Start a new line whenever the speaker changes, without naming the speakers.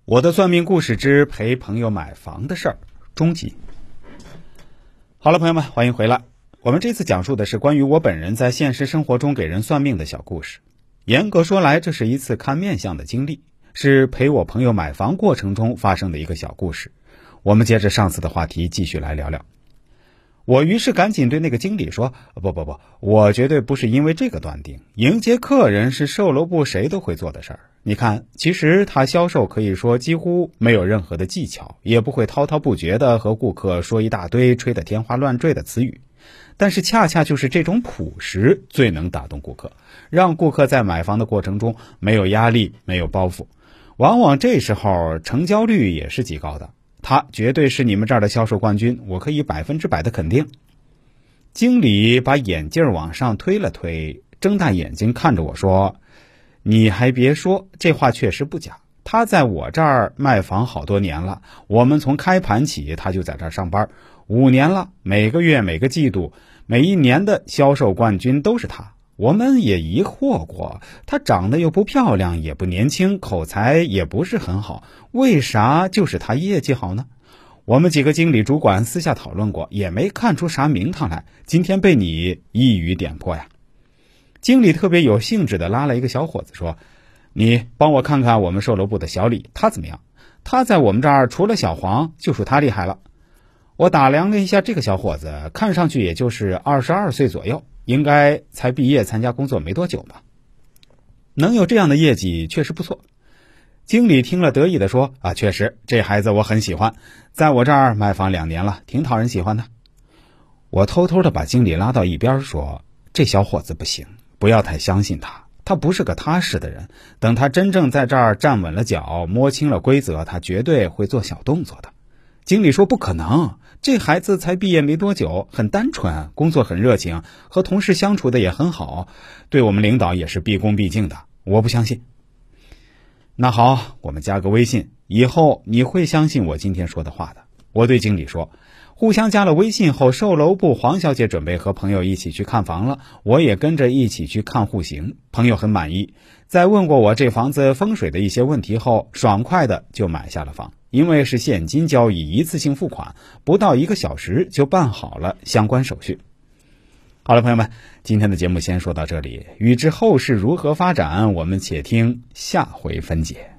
我的算命故事之陪朋友买房的事儿终极。好了，朋友们，欢迎回来。我们这次讲述的是关于我本人在现实生活中给人算命的小故事。严格说来，这是一次看面相的经历，是陪我朋友买房过程中发生的一个小故事。我们接着上次的话题继续来聊聊。我于是赶紧对那个经理说，不，我绝对不是因为这个断定，迎接客人是售楼部谁都会做的事儿。你看，其实他销售可以说几乎没有任何的技巧，也不会滔滔不绝地和顾客说一大堆吹得天花乱坠的词语，但是恰恰就是这种朴实最能打动顾客，让顾客在买房的过程中没有压力，没有包袱，往往这时候成交率也是极高的。他绝对是你们这儿的销售冠军，我可以100%的肯定。经理把眼镜往上推了推，睁大眼睛看着我说，你还别说，这话确实不假。他在我这儿卖房好多年了，我们从开盘起他就在这儿上班5年了，每个月每个季度每一年的销售冠军都是他。我们也疑惑过，他长得又不漂亮，也不年轻，口才也不是很好，为啥就是他业绩好呢？我们几个经理主管私下讨论过，也没看出啥名堂来，今天被你一语点破呀。经理特别有兴致地拉了一个小伙子说，你帮我看看我们售楼部的小李，他怎么样？他在我们这儿除了小黄就属他厉害了。我打量了一下这个小伙子，看上去也就是22岁左右，应该才毕业参加工作没多久吧。能有这样的业绩确实不错。经理听了得意地说，确实这孩子我很喜欢，在我这儿卖房2年了，挺讨人喜欢的。我偷偷地把经理拉到一边说，这小伙子不行，不要太相信他，他不是个踏实的人，等他真正在这儿站稳了脚，摸清了规则，他绝对会做小动作的。经理说，不可能，这孩子才毕业没多久，很单纯，工作很热情，和同事相处的也很好，对我们领导也是毕恭毕敬的，我不相信。那好，我们加个微信，以后你会相信我今天说的话的。我对经理说，互相加了微信后，售楼部黄小姐准备和朋友一起去看房了，我也跟着一起去看户型，朋友很满意，在问过我这房子风水的一些问题后，爽快的就买下了房，因为是现金交易，一次性付款，不到1个小时就办好了相关手续。好了，朋友们，今天的节目先说到这里，欲知后事如何发展，我们且听下回分解。